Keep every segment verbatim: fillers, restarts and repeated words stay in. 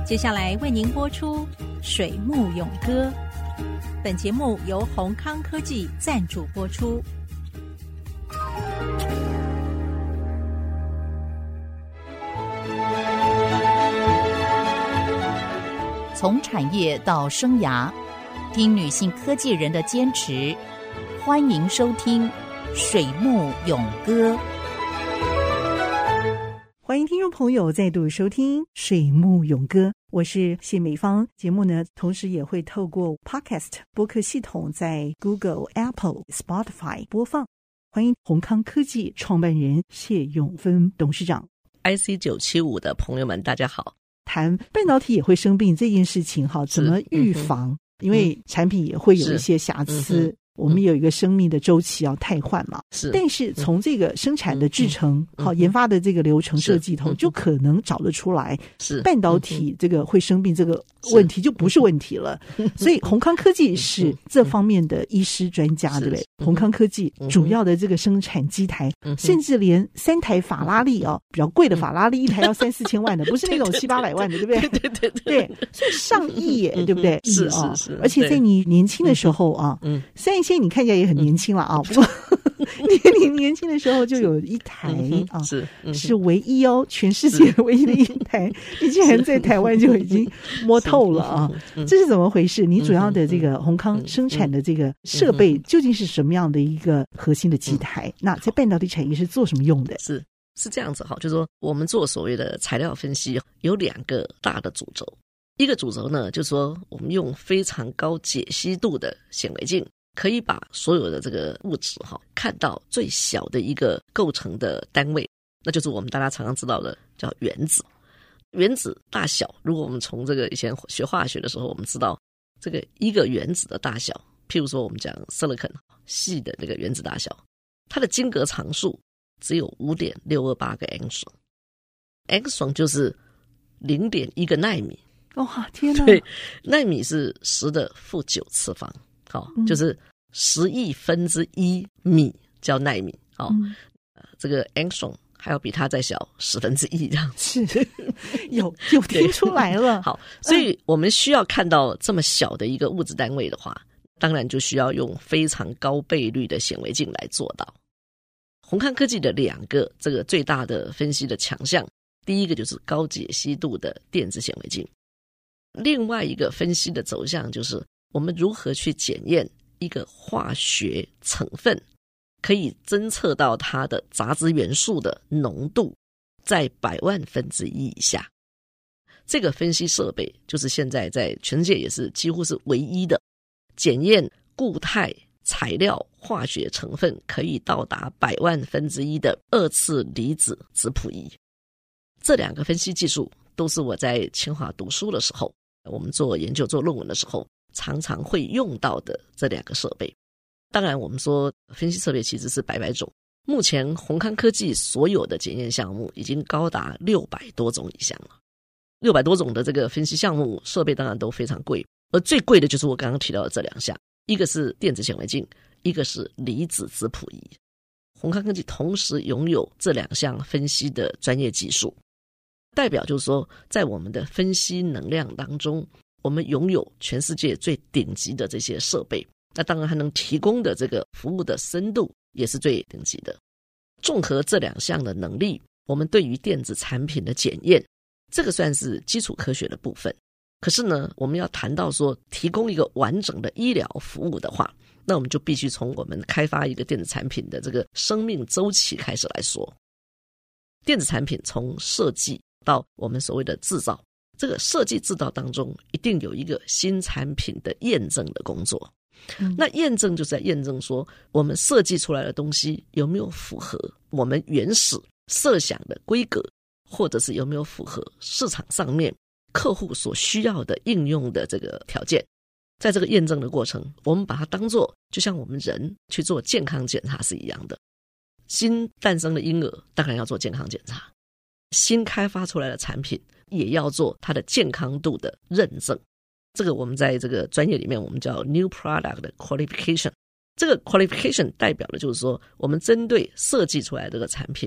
接下来为您播出水木咏歌。本节目由宏康科技赞助播出。 从产业到生涯，听女性科技人的坚持。欢迎收听水木咏歌。 欢迎听众朋友再度收听水木咏歌，我是谢美芳。节目呢，同时也会透过 Podcast 播客系统在 Google、Apple、Spotify 播放。欢迎宏康科技创办人谢永芬董事长。 I C 九七五 的朋友们大家好。 谈半导体也会生病这件事情哈，怎么预防、嗯、因为产品也会有一些瑕疵、嗯、我们有一个生命的周期要汰换嘛，是。但是从这个生产的制程、嗯、好研发的这个流程设计头、嗯、就可能找得出来，是半导体这个会生病这个问题就不是问题了。所以宏康科技是这方面的医师专家，对不对？宏康科技主要的这个生产机台、嗯、甚至连三台法拉利哦，比较贵的法拉利一台要三四千万的，不是那种七八百万的，对不对？对对对对，所以上亿耶，对不对？是是是。而且在你年轻的时候啊，嗯，虽然现在你看起来也很年轻了啊，不过你你年轻的时候就有一台啊，是是唯一哦，全世界唯一的一台，你竟然在台湾就已经摸透了啊！这是怎么回事？你主要的这个宏康生产的这个设备究竟是什么样的一个核心的机台？那在半导体产业是做什么用的？ 是是这样子哈，就是说我们做所谓的材料分析有两个大的主轴，一个主轴呢，就是说我们用非常高解析度的显微镜，可以把所有的这个物质哈看到最小的一个构成的单位，那就是我们大家常常知道的叫原子。原子大小，如果我们从这个以前学化学的时候，我们知道这个一个原子的大小，譬如说我们讲 silicon 细的这个原子大小，它的晶格常数只有 五点六二八 个 angstrom， angstrom 就是零点一个纳米。 哇，天哪！ 对，纳米是十的负九次方，好、嗯，就是十亿分之一米叫纳米，好、嗯呃，这个 angstrom 还要比它再小十分之一这样子， 是有有听出来了。 好，所以我们需要看到这么小的一个物质单位的话，当然就需要用非常高倍率的显微镜来做到。宏康科技的两个这个最大的分析的强项，第一个就是高解析度的电子显微镜，另外一个分析的走向就是我们如何去检验一个化学成分可以侦测到它的杂质元素的浓度在百万分之一以下。这个分析设备就是现在在全世界也是几乎是唯一的检验固态材料化学成分可以到达百万分之一的二次离子质谱仪。这两个分析技术都是我在清华读书的时候，我们做研究做论文的时候常常会用到的这两个设备。当然我们说分析设备其实是百百种，目前宏康科技所有的检验项目已经高达六百多种以上了。六百多种的这个分析项目设备当然都非常贵，而最贵的就是我刚刚提到的这两项，一个是电子显微镜，一个是离子质谱仪。宏康科技同时拥有这两项分析的专业技术，代表就是说在我们的分析能量当中，我们拥有全世界最顶级的这些设备，那当然还能提供的这个服务的深度也是最顶级的。综合这两项的能力，我们对于电子产品的检验，这个算是基础科学的部分。可是呢，我们要谈到说提供一个完整的医疗服务的话，那我们就必须从我们开发一个电子产品的这个生命周期开始来说。电子产品从设计到我们所谓的制造，这个设计制造当中一定有一个新产品的验证的工作。嗯、那验证就是在验证说我们设计出来的东西有没有符合我们原始设想的规格，或者是有没有符合市场上面客户所需要的应用的这个条件。在这个验证的过程，我们把它当作就像我们人去做健康检查是一样的。新诞生的婴儿当然要做健康检查，新开发出来的产品也要做它的健康度的认证。这个我们在这个专业里面我们叫 New Product Qualification。 这个 Qualification 代表的就是说我们针对设计出来的这个产品，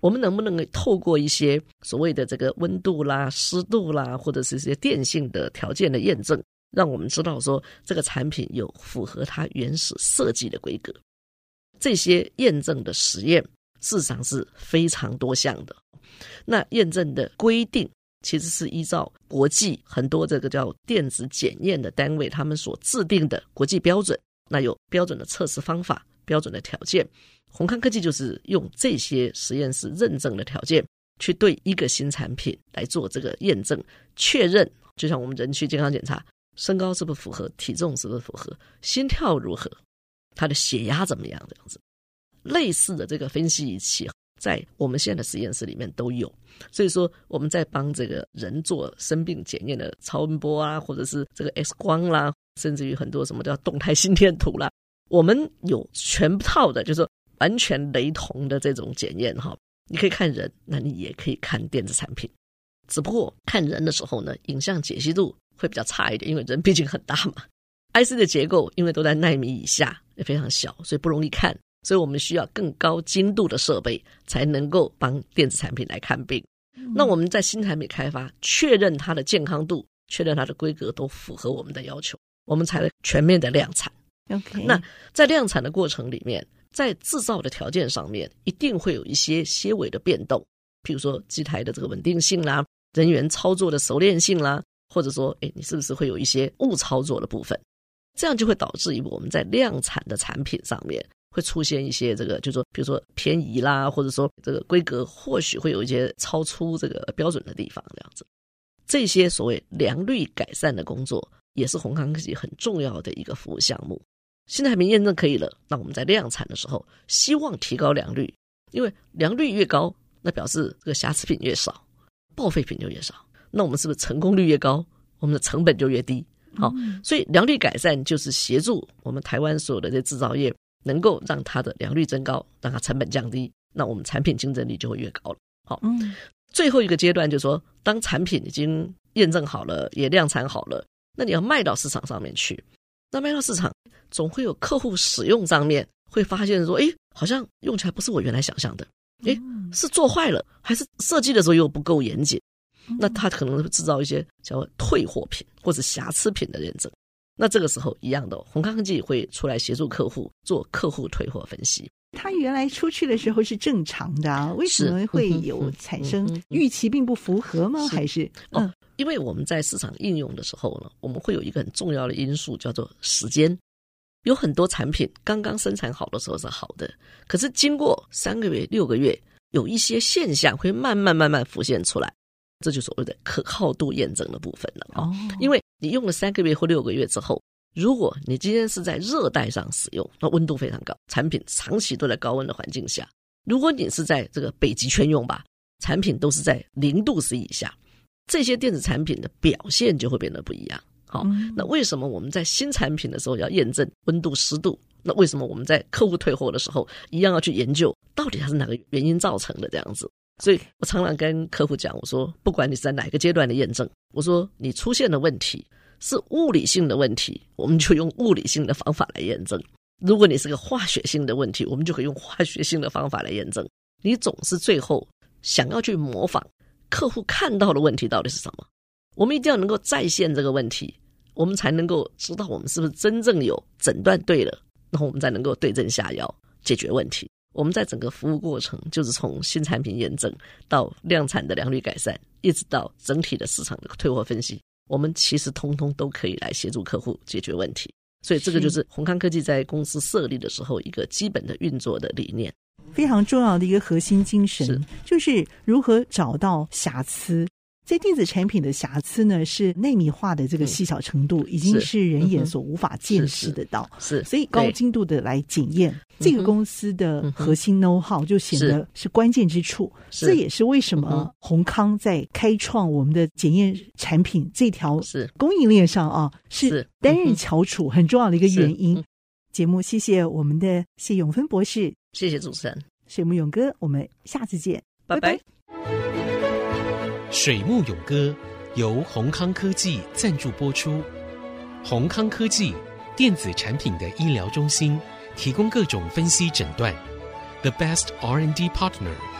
我们能不能透过一些所谓的这个温度啦、湿度啦，或者是一些电性的条件的验证，让我们知道说这个产品有符合它原始设计的规格。这些验证的实验事实上是非常多项的，那验证的规定其实是依照国际很多这个叫电子检验的单位他们所制定的国际标准，那有标准的测试方法、标准的条件。宏康科技就是用这些实验室认证的条件去对一个新产品来做这个验证确认，就像我们人去健康检查，身高是不是符合，体重是不是符合，心跳如何，他的血压怎么样，这样子类似的这个分析仪器在我们现在的实验室里面都有。所以说我们在帮这个人做生病检验的超音波啊，或者是这个 X 光啦，甚至于很多什么叫动态心电图啦，我们有全套的就是完全雷同的这种检验哈。你可以看人，那你也可以看电子产品，只不过看人的时候呢，影像解析度会比较差一点，因为人毕竟很大嘛。I C 的结构因为都在奈米以下，也非常小，所以不容易看，所以我们需要更高精度的设备才能够帮电子产品来看病。嗯、那我们在新产品开发，确认它的健康度，确认它的规格都符合我们的要求，我们才能全面的量产。 Okay. 那在量产的过程里面，在制造的条件上面一定会有一些些微的变动，譬如说机台的这个稳定性啦，人员操作的熟练性啦，或者说诶你是不是会有一些误操作的部分，这样就会导致于我们在量产的产品上面会出现一些这个就是说比如说偏移啦，或者说这个规格或许会有一些超出这个标准的地方，这样子。这些所谓良率改善的工作也是宏康科技很重要的一个服务项目。新产品验证可以了，那我们在量产的时候希望提高良率，因为良率越高，那表示这个瑕疵品越少，报废品就越少，那我们是不是成功率越高，我们的成本就越低？好，所以良率改善就是协助我们台湾所有的这制造业能够让它的良率增高，让它成本降低，那我们产品竞争力就会越高了。好，嗯，最后一个阶段就是说，当产品已经验证好了，也量产好了，那你要卖到市场上面去，那卖到市场总会有客户使用上面会发现说，诶，好像用起来不是我原来想象的，诶，是做坏了，还是设计的时候又不够严谨，那他可能会制造一些叫退货品或者瑕疵品的认证。那这个时候一样的，宏康科技会出来协助客户做客户退货分析。 他原来出去的时候是正常的啊，为什么会有产生预期并不符合吗？还是、 嗯、哦，因为我们在市场应用的时候呢，我们会有一个很重要的因素叫做时间。有很多产品刚刚生产好的时候是好的，可是经过三个月、六个月，有一些现象会慢慢慢慢浮现出来，这就是所谓的可靠度验证的部分了。哦，因为你用了三个月或六个月之后，如果你今天是在热带上使用，那温度非常高，产品长期都在高温的环境下；如果你是在这个北极圈用吧，产品都是在零度 C 以下，这些电子产品的表现就会变得不一样。好，那为什么我们在新产品的时候要验证温度、湿度？那为什么我们在客户退货的时候一样要去研究到底它是哪个原因造成的这样子？所以我常常跟客户讲，我说不管你是在哪个阶段的验证，我说你出现的问题是物理性的问题，我们就用物理性的方法来验证；如果你是个化学性的问题，我们就可以用化学性的方法来验证。你总是最后想要去模仿客户看到的问题到底是什么，我们一定要能够再现这个问题，我们才能够知道我们是不是真正有诊断对了，然后我们才能够对症下药解决问题。我们在整个服务过程，就是从新产品验证到量产的良率改善，一直到整体的市场的退货分析，我们其实通通都可以来协助客户解决问题。所以这个就是宏康科技在公司设立的时候一个基本的运作的理念， 非常重要的一个核心精神，是就是如何找到瑕疵。在电子产品的瑕疵呢，是内密化的这个细小程度、嗯、已经是人眼所无法见识得到，是、嗯、所以高精度的来检验这个公司的核心 know how 就显得是关键之处。这也是为什么宏康在开创我们的检验产品这条供应链上啊，是担任翘楚很重要的一个原因。嗯、节目谢谢我们的谢永芬博士， 谢谢主持人， 水木勇哥，我们下次见， 拜拜。 水木勇歌由宏康科技赞助播出。宏康科技电子产品的医疗中心，提供各种分析诊断 ，The best R and D partner